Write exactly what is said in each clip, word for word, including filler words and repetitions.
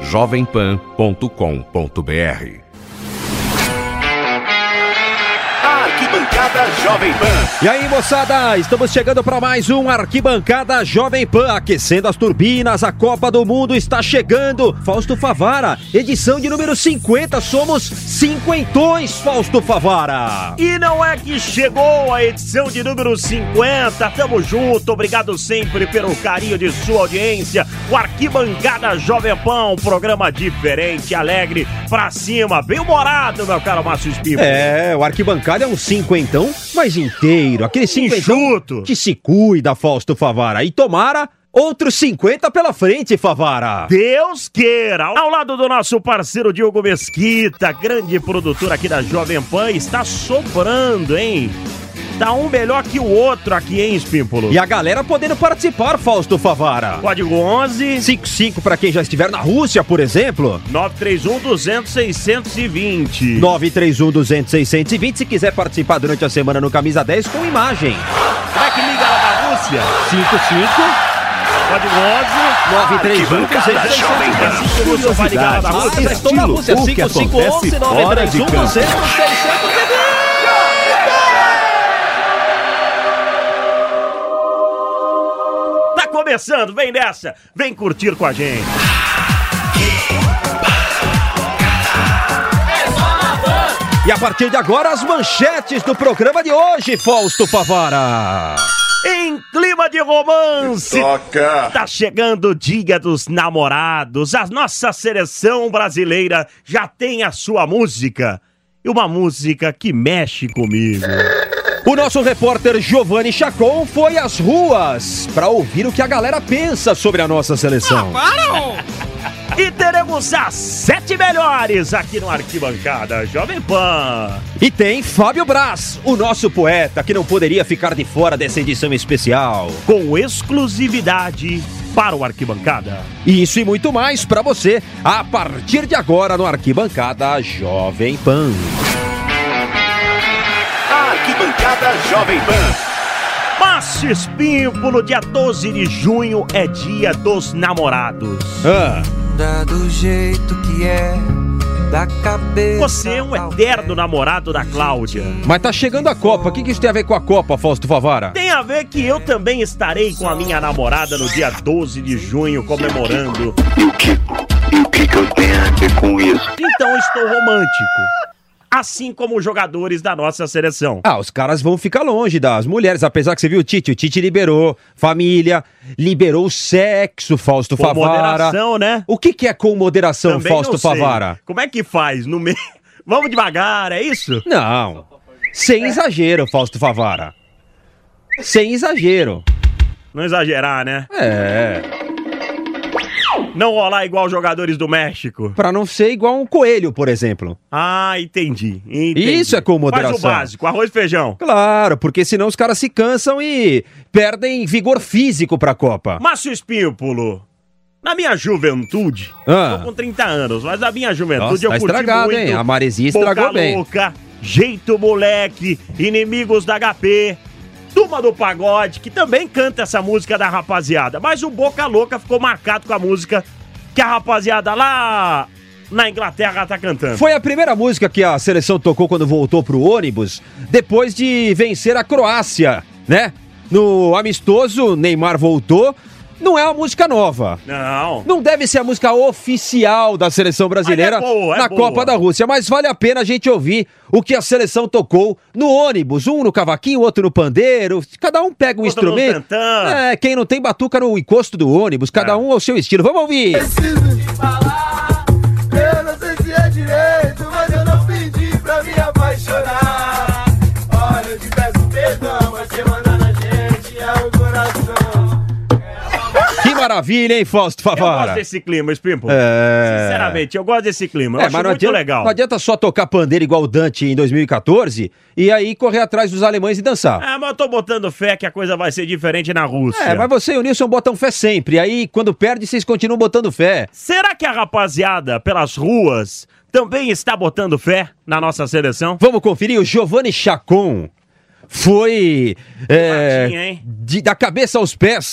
jovem pan ponto com ponto br. Arquibancada Jovem Pan. E aí, moçada, estamos chegando para mais um Arquibancada Jovem Pan, aquecendo as turbinas, a Copa do Mundo está chegando. Fausto Favara, edição de número cinquenta, somos cinquentões, Fausto Favara. E não é que chegou a edição de número cinquenta, tamo junto, obrigado sempre pelo carinho de sua audiência. O Arquibancada Jovem Pan, um programa diferente, alegre, pra cima, bem humorado, meu caro Márcio Espírito. É, o Arquibancada é um cinquentão, mas inteiro, aquele cinquentão Enxuto. que se cuida, Fausto Favara, e tomara outros cinquenta pela frente, Favara. Deus queira. Ao lado do nosso parceiro Diogo Mesquita, grande produtor aqui da Jovem Pan, está sobrando, hein? Tá um melhor que o outro aqui, hein, Espímpolo? E a galera podendo participar, Fausto Favara. Código onze cinquenta e cinco para quem já estiver na Rússia, por exemplo. nove três um, duzentos, seiscentos e vinte. nove três um, duzentos, seiscentos e vinte, se quiser participar durante a semana no Camisa dez com imagem. Como é que liga lá da Rússia? cinquenta e cinco, Código onze, nove três um, duzentos, seiscentos e vinte. Você vai ligar lá da Rússia? Já estou na Rússia, O que cinquenta e cinco, onze, nove três um, duzentos, seiscentos e vinte. Começando, vem nessa, vem curtir com a gente. E a partir de agora, as manchetes do programa de hoje, Fausto Favara. Em clima de romance, Toca. tá chegando o Dia dos Namorados. A nossa seleção brasileira já tem a sua música. E uma música que mexe comigo. O nosso repórter Giovanni Chacon foi às ruas para ouvir o que a galera pensa sobre a nossa seleção. E teremos as sete melhores aqui no Arquibancada Jovem Pan. E tem Fábio Braz, o nosso poeta, que não poderia ficar de fora dessa edição especial. Com exclusividade para o Arquibancada. Isso e muito mais para você a partir de agora no Arquibancada Jovem Pan. Arquibancada Jovem Pan. Márcio Espímpolo, dia doze de junho é dia dos namorados. Ah. Do jeito que é, da cabeça. Você é um eterno namorado da Cláudia. Mas tá chegando a Copa, o que, que isso tem a ver com a Copa, Fausto Favara? Tem a ver que eu também estarei com a minha namorada no dia doze de junho, comemorando. E o que, e o que, que eu tenho a ver com isso? Então estou romântico. Assim como os jogadores da nossa seleção. Ah, os caras vão ficar longe das mulheres, apesar que você viu o Tite, o Tite liberou família, liberou o sexo, Fausto Com Favara. moderação, né? O que, que é com moderação, Também Fausto não sei. Favara? Como é que faz? No meio. Vamos devagar, é isso? Não, sem exagero, Fausto Favara. Sem exagero. Não exagerar, né? É, Não rolar igual os jogadores do México. pra não ser igual um coelho, por exemplo. Ah, entendi. entendi. Isso é com moderação. Faz o básico, arroz e feijão. Claro, porque senão os caras se cansam e perdem vigor físico pra Copa. Márcio Espímpolo, na minha juventude, Ah. tô com trinta anos, mas na minha juventude Nossa, eu tá curti estragado, muito hein? A Maresia estragou Boca bem. Louca, Jeito Moleque, Inimigos da H P, Turma do Pagode, que também canta essa música da rapaziada. Mas o Boca Louca ficou marcado com a música que a rapaziada lá na Inglaterra tá cantando. Foi a primeira música que a seleção tocou quando voltou pro ônibus, depois de vencer a Croácia, né? No amistoso, Neymar voltou. Não é uma música nova. Não. Não deve ser a música oficial da seleção brasileira Mas é boa, é na boa. Copa da Rússia, mas vale a pena a gente ouvir o que a seleção tocou no ônibus. Um no cavaquinho, outro no pandeiro. Cada um pega um Todo mundo instrumento. cantando. É, quem não tem batuca no encosto do ônibus, cada É. um ao seu estilo. Vamos ouvir. Preciso te falar, eu não sei se é direito, mas eu não pedi pra me apaixonar. Olha, eu te peço perdão, mas você manda na gente é o coração. Que maravilha, hein, Fausto Eu gosto Favara? desse clima, Espímpolo. É. Sinceramente, eu gosto desse clima. Eu É, acho mas não muito adianta, legal. não adianta só tocar pandeiro igual o Dante em dois mil e quatorze e aí correr atrás dos alemães e dançar. É, mas eu tô botando fé que a coisa vai ser diferente na Rússia. É, mas você e o Nilson botam fé sempre. Aí, quando perde, vocês continuam botando fé. Será que a rapaziada pelas ruas também está botando fé na nossa seleção? Vamos conferir, o Giovanni Chacon foi é, Martinho, hein? de- da cabeça aos pés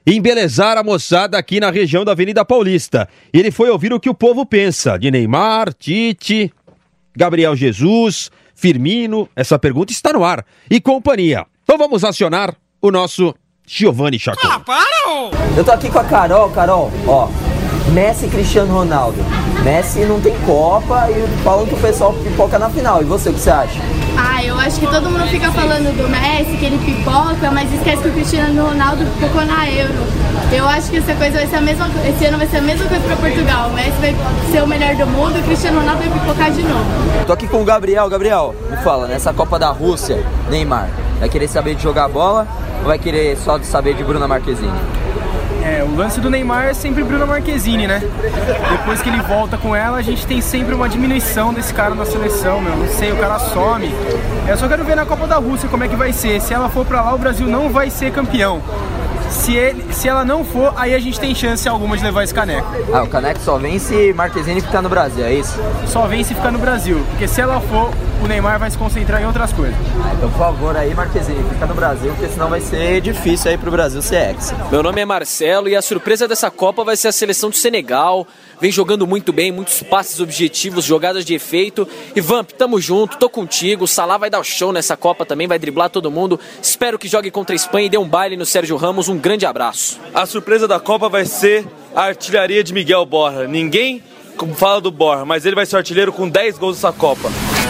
embelezar a moçada aqui na região da Avenida Paulista. Ele foi ouvir o que o povo pensa de Neymar, Tite, Gabriel Jesus, Firmino. Essa pergunta está no ar. E companhia. Então vamos acionar o nosso Giovanni Chacon. Ah, para! Eu tô aqui com a Carol. Carol, ó. Messi e Cristiano Ronaldo. Messi não tem Copa e falam que o pessoal pipoca na final. E você, o que você acha? Ah, eu acho que todo mundo fica falando do Messi, que ele pipoca, mas esquece que o Cristiano Ronaldo pipocou na Euro. Eu acho que essa coisa vai ser a mesma, esse ano vai ser a mesma coisa pra Portugal. O Messi vai ser o melhor do mundo e o Cristiano Ronaldo vai pipocar de novo. Tô aqui com o Gabriel. Gabriel, me fala, nessa Copa da Rússia, Neymar, vai querer saber de jogar bola ou vai querer só de saber de Bruna Marquezine? É, o lance do Neymar é sempre Bruna Marquezine, né? Depois que ele volta com ela, a gente tem sempre uma diminuição desse cara na seleção, meu. Não sei, o cara some. Eu só quero ver na Copa da Rússia como é que vai ser. Se ela for pra lá, o Brasil não vai ser campeão. Se, ele, se ela não for, aí a gente tem chance alguma de levar esse caneco. Ah, o caneco só vem se Marquezine ficar no Brasil, é isso? Só vem se ficar no Brasil, porque se ela for, o Neymar vai se concentrar em outras coisas. Ah, então, por favor, aí, Marquezine, fica no Brasil, porque senão vai ser difícil aí pro Brasil ser ex. Meu nome é Marcelo e a surpresa dessa Copa vai ser a seleção do Senegal. Vem jogando muito bem, muitos passes objetivos, jogadas de efeito. E Vamp, tamo junto, tô contigo. O Salah vai dar o show nessa Copa também, vai driblar todo mundo. Espero que jogue contra a Espanha e dê um baile no Sérgio Ramos. Um grande abraço. A surpresa da Copa vai ser a artilharia de Miguel Borja. Ninguém fala do Borja, mas ele vai ser artilheiro com dez gols nessa Copa.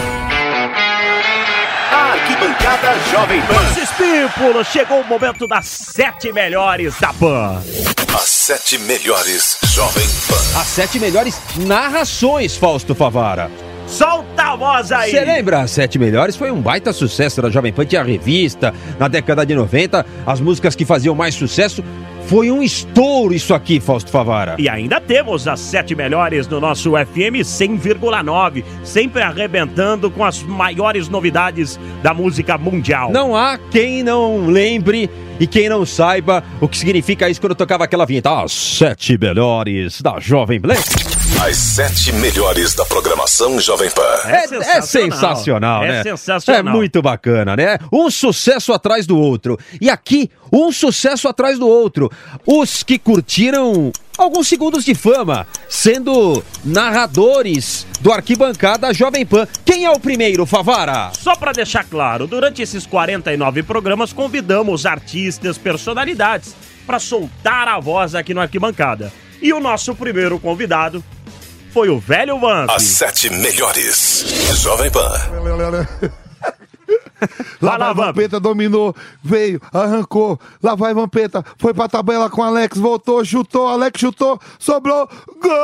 Arquibancada Jovem Pan. Mas Espímpulo, chegou o momento das sete melhores da Pan. As sete melhores Jovem Pan. As sete melhores narrações, Fausto Favara. Solta a voz aí! Você lembra? As sete melhores foi um baita sucesso da Jovem Pan. Tinha revista, na década de noventa, as músicas que faziam mais sucesso. Foi um estouro isso aqui, Fausto Favara. E ainda temos as sete melhores no nosso F M cem vírgula nove, sempre arrebentando com as maiores novidades da música mundial. Não há quem não lembre e quem não saiba o que significa isso quando tocava aquela vinheta. As sete melhores da Jovem Pan. As sete melhores da programação Jovem Pan. É, é sensacional, é sensacional né? É sensacional. É muito bacana, né? Um sucesso atrás do outro. E aqui, um sucesso atrás do outro. Os que curtiram alguns segundos de fama, sendo narradores do Arquibancada Jovem Pan. Quem é o primeiro, Favara? Só pra deixar claro, durante esses quarenta e nove programas, convidamos artistas, personalidades, pra soltar a voz aqui no Arquibancada. E o nosso primeiro convidado foi o velho Vamp. As sete melhores Jovem Pan. Lá vai Vampeta, dominou, veio, arrancou. Lá vai Vampeta, foi pra tabela com Alex, voltou, chutou, Alex chutou, sobrou, gol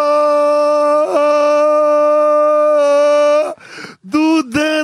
do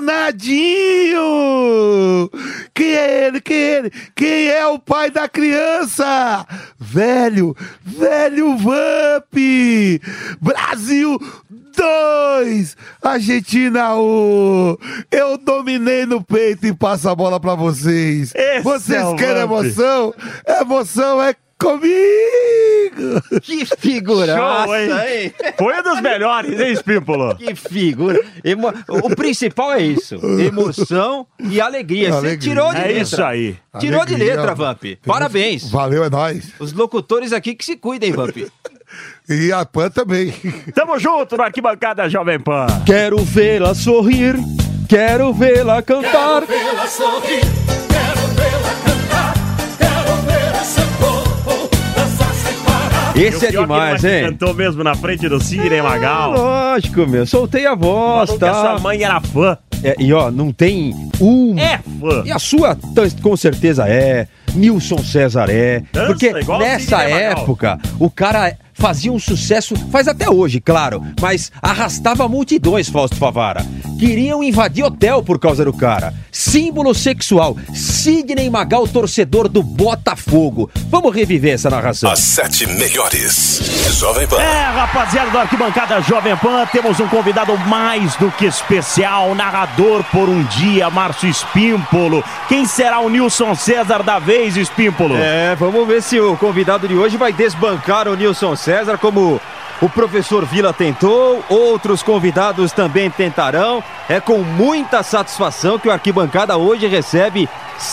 danadinho. Quem é ele? Quem é ele? Quem é o pai da criança? Velho, velho Vamp. Brasil dois, Argentina um. Eu dominei no peito e passo a bola pra vocês. Esse vocês é querem Vamp. emoção? Emoção é comigo. Que figuraça, Show, hein? hein? Foi um dos melhores, hein, Espímpulo? Que figura. Emo... O principal é isso. Emoção e alegria. Você Alegria. tirou de É letra. isso aí. Tirou Alegria. de letra, Vamp. Parabéns. Valeu, é nóis. Os locutores aqui que se cuidem, Vamp. E a Pan também. Tamo junto no Arquibancada Jovem Pan. Quero vê-la sorrir, quero vê-la cantar. Quero vê-la sorrir, quero vê-la cantar, quero ver esse povo dançar sem parar. Esse é E o pior demais, que ele hein? cantou mesmo na frente do Cine Magal. Lógico, meu. Soltei a voz, Falou que a tá? sua mãe era fã. É, e ó, não tem um... É fã. E a sua, t- com certeza é. Nilson César é. Dança Porque igual o nessa Sidney Magal. época, o cara fazia um sucesso, faz até hoje, claro, mas arrastava multidões, Fausto Favara. Queriam invadir hotel por causa do cara. Símbolo sexual. Sidney Magal, torcedor do Botafogo. Vamos reviver essa narração. As sete melhores Jovem Pan. É, rapaziada do Arquibancada Jovem Pan, temos um convidado mais do que especial, narrador por um dia, Márcio Espímpolo. Quem será o Nilson César da vez, Espímpolo? É, vamos ver se o convidado de hoje vai desbancar o Nilson César como o professor Vila tentou, outros convidados também tentarão. É com muita satisfação que o Arquibancada hoje recebe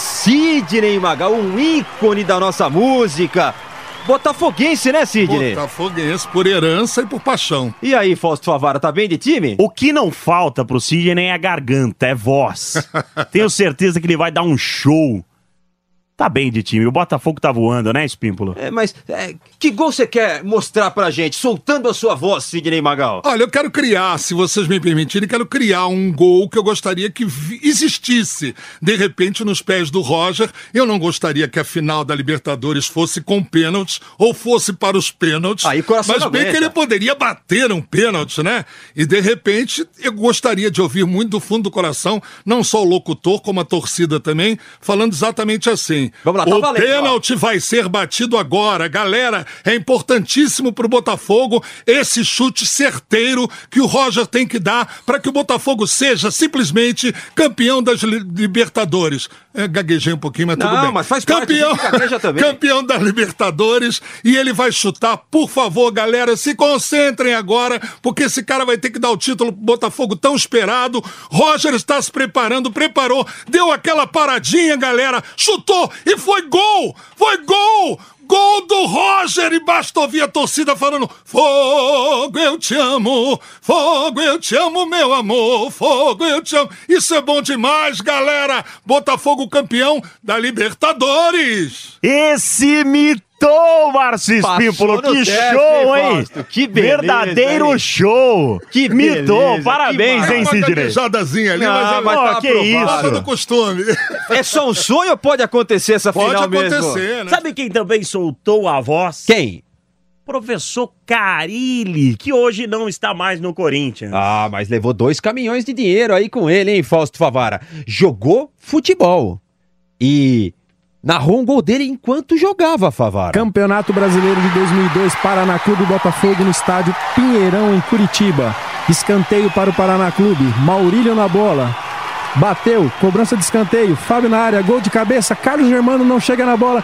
Sidney Magal, um ícone da nossa música. Botafoguense, né, Sidney? Botafoguense, por herança e por paixão. E aí, Fausto Favara, tá bem de time? O que não falta pro Sidney é a garganta, é voz. Tenho certeza que ele vai dar um show. Tá bem de time, o Botafogo tá voando, né, Espímpolo? É, mas é, que gol você quer mostrar pra gente, soltando a sua voz, Sidney Magal? Olha, eu quero criar, se vocês me permitirem, quero criar um gol que eu gostaria que existisse, de repente, nos pés do Roger. Eu não gostaria que a final da Libertadores fosse com pênaltis, ou fosse para os pênaltis. Aí, coração mas bem aguenta. que ele poderia bater um pênalti, né? E, de repente, eu gostaria de ouvir muito do fundo do coração, não só o locutor, como a torcida também, falando exatamente assim. Vamos lá, tá o valendo, pênalti vai ser batido agora. Galera, é importantíssimo pro Botafogo esse chute certeiro que o Roger tem que dar para que o Botafogo seja simplesmente campeão das li- Libertadores. É, gaguejei um pouquinho, mas Não, tudo bem. mas faz campeão, parte, gagueja também. campeão das Libertadores, e ele vai chutar. Por favor, galera, se concentrem agora, porque esse cara vai ter que dar o título pro Botafogo tão esperado. Roger está se preparando, preparou, deu aquela paradinha, galera, chutou e foi gol! Foi gol! Gol do Roger! E basta ouvir a torcida falando: Fogo, eu te amo! Fogo, eu te amo, meu amor! Fogo, eu te amo! Isso é bom demais, galera! Botafogo campeão da Libertadores! Esse mito! Márcio Espímpolo, que teste, show, hein? Fausto, que beleza, verdadeiro hein? show! Que mitou, beleza, parabéns, que hein, Uma Sidney? gaguejadazinha ali, Não, mas, é, mas tá Ó, que aprovado. Tava isso? do costume. É só um sonho ou pode acontecer essa Pode final mesmo? acontecer, né? Sabe quem também soltou a voz? Quem? Professor Carilli, que hoje não está mais no Corinthians. Ah, mas levou dois caminhões de dinheiro aí com ele, hein, Fausto Favara? Jogou futebol e narrou um gol dele enquanto jogava, Favara. Campeonato Brasileiro de dois mil e dois, Paraná Clube Botafogo no estádio Pinheirão, em Curitiba. Escanteio para o Paraná Clube, Maurílio na bola. Bateu, cobrança de escanteio, Fábio na área, gol de cabeça, Carlos Germano não chega na bola.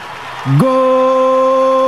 Gol!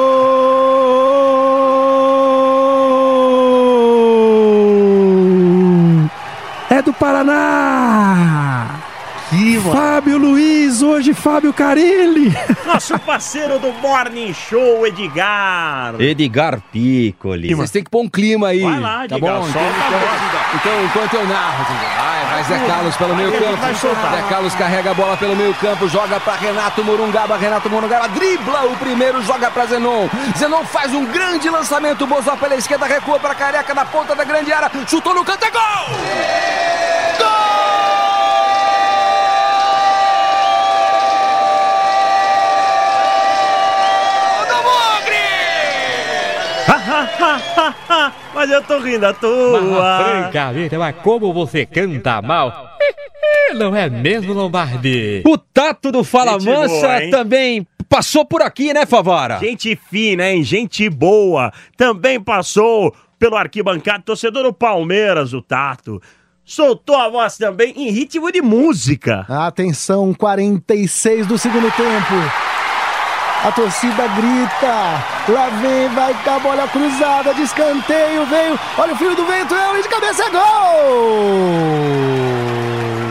É do Paraná! Que Fábio Luiz, hoje Fábio Carilli. Nosso parceiro do Morning Show, Edgar. Edgar Piccoli. Vocês têm que pôr um clima aí. Vai lá, tá Edgar, bom? solta Então, a voz. então, enquanto eu narro, vai, vai Zé Carlos pelo meio Vai, campo. vai soltar. Zé Carlos carrega a bola pelo meio campo, joga pra Renato Morungaba. Renato Morungaba dribla o primeiro, joga pra Zenon. Zenon faz um grande lançamento, Bozó pela esquerda, recua pra Careca na ponta da grande área, chutou no canto, é gol! Gol! Mas eu tô rindo à toa. Francamente, mas como você canta mal. Não é mesmo, Lombardi? O Tato do Fala Gente Mansa boa, hein? também passou por aqui, né, Favara? Gente fina, hein? Gente boa. Também passou pelo arquibancada, torcedor do Palmeiras, o Tato. Soltou a voz também em ritmo de música. Atenção, quarenta e seis do segundo tempo. A torcida grita. Lá vem, vai cá, bola cruzada de escanteio, veio. Olha o filho do vento, ele de cabeça, é gol!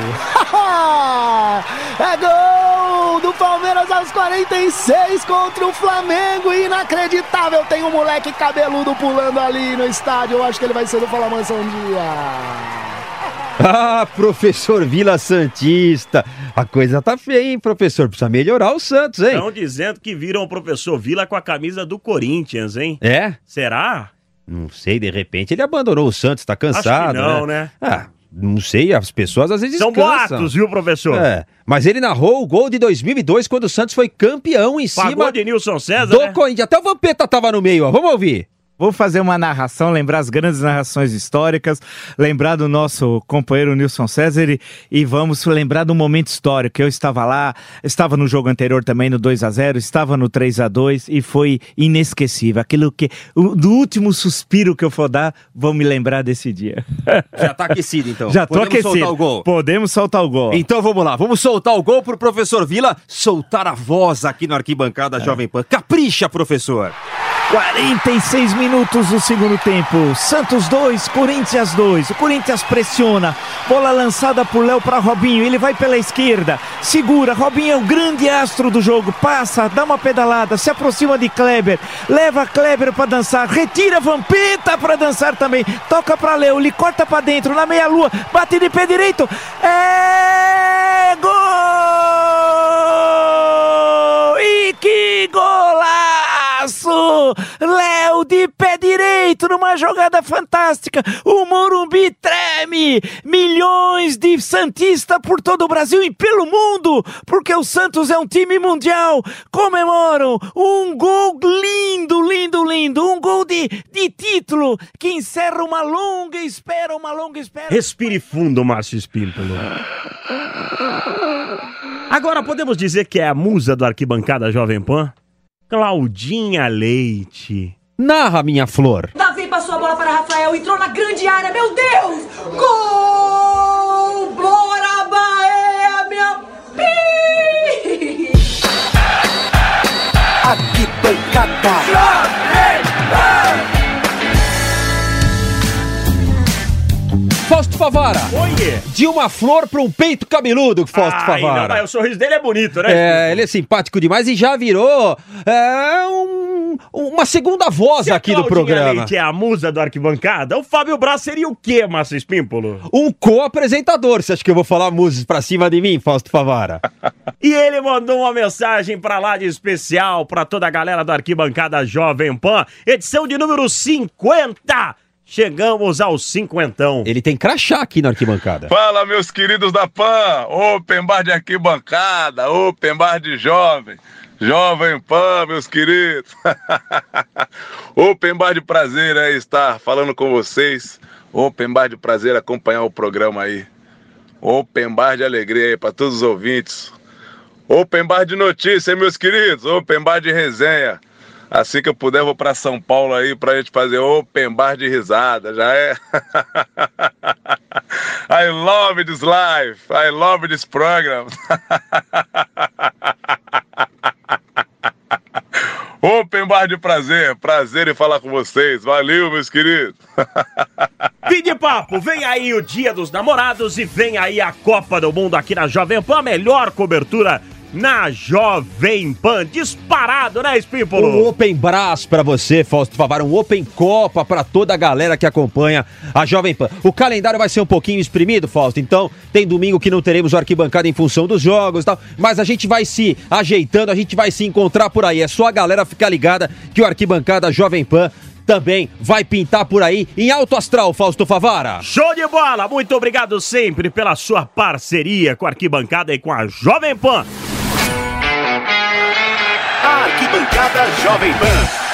É gol do Palmeiras aos quarenta e seis contra o Flamengo. Inacreditável, tem um moleque cabeludo pulando ali no estádio. Eu acho que ele vai ser do Fala Mansa um dia. Ah, professor Vila Santista. A coisa tá feia, hein, professor? Precisa melhorar o Santos, hein? Estão dizendo que viram o professor Vila com a camisa do Corinthians, hein? É? Será? Não sei, de repente ele abandonou o Santos, tá cansado, Acho que não, né? Ah, não sei, as pessoas às vezes São cansam. boatos, viu, professor? É, mas ele narrou o gol de dois mil e dois quando o Santos foi campeão em Pagou cima de Nilson César, do né? Corinthians. Até o Vampeta tava no meio, ó. Vamos ouvir. Vou fazer uma narração, lembrar as grandes narrações históricas, lembrar do nosso companheiro Nilson César e, e vamos lembrar do momento histórico. Eu estava lá, estava no jogo anterior também no dois a zero, estava no três a dois e foi inesquecível. Aquilo que, o, do último suspiro que eu for dar, vou me lembrar desse dia. Já tá aquecido, então. Já tô Podemos aquecido. soltar o gol. Podemos soltar o gol. Então vamos lá, vamos soltar o gol pro professor Vila soltar a voz aqui no Arquibancada Jovem Pan. Capricha, professor! quarenta e seis minutos do segundo tempo. Santos dois, Corinthians dois. O Corinthians pressiona. Bola lançada por Léo para Robinho. Ele vai pela esquerda. Segura. Robinho é o grande astro do jogo. Passa, dá uma pedalada. Se aproxima de Kleber. Leva Kleber para dançar. Retira Vampeta para dançar também. Toca para Léo. Ele corta para dentro. Na meia-lua. Bate de pé direito. É gol! E que golaço! Léo de pé direito numa jogada fantástica. O Morumbi treme. Milhões de santistas por todo o Brasil e pelo mundo, porque o Santos é um time mundial. Comemoram um gol lindo, lindo, lindo. Um gol de, de título que encerra uma longa espera, uma longa espera. Respire fundo, Márcio Espímpolo. Agora podemos dizer que é a musa do Arquibancada Jovem Pan? Claudinha Leite. Narra, minha flor. Davi passou a bola para Rafael, entrou na grande área, meu Deus! Gol! Bora, Bahia, minha pi! Arquibancada Jovem Pan. Fausto Favara. Oiê. De uma flor para um peito cabeludo, Fausto Ai, Favara. Não, mas o sorriso dele é bonito, né? É, ele é simpático demais e já virou é, um, uma segunda voz Se aqui a do programa. Leite é a musa do Arquibancada, o Fábio Braz seria o quê, Márcio Espímpolo? Um co-apresentador. Você acha que eu vou falar músicas pra cima de mim, Fausto Favara? E ele mandou uma mensagem pra lá de especial pra toda a galera do Arquibancada Jovem Pan, edição de número cinquenta. Chegamos aos cinquentão. Ele tem crachá aqui na Arquibancada. Fala, meus queridos da Pan. Open Bar de Arquibancada, Open Bar de Jovem. Jovem Pan, meus queridos. Open Bar de prazer aí estar falando com vocês. Open Bar de prazer acompanhar o programa aí. Open Bar de alegria aí para todos os ouvintes. Open Bar de notícia, hein, meus queridos. Open Bar de resenha. Assim que eu puder, vou pra São Paulo aí pra gente fazer open bar de risada, já é? I love this life, I love this program. Open bar de prazer, prazer em falar com vocês. Valeu, meus queridos. Fim de papo, vem aí o Dia dos Namorados e vem aí a Copa do Mundo aqui na Jovem Pan, a melhor cobertura na Jovem Pan, disparado, né, Espímpolo? Um Open Brás pra você, Fausto Favara, um Open Copa pra toda a galera que acompanha a Jovem Pan. O calendário vai ser um pouquinho espremido, Fausto, então tem domingo que não teremos o Arquibancada em função dos jogos e tal, mas a gente vai se ajeitando, a gente vai se encontrar por aí, é só a galera ficar ligada que o Arquibancada Jovem Pan também vai pintar por aí em alto astral, Fausto Favara. Show de bola! Muito obrigado sempre pela sua parceria com a Arquibancada e com a Jovem Pan. Arquibancada Jovem Pan.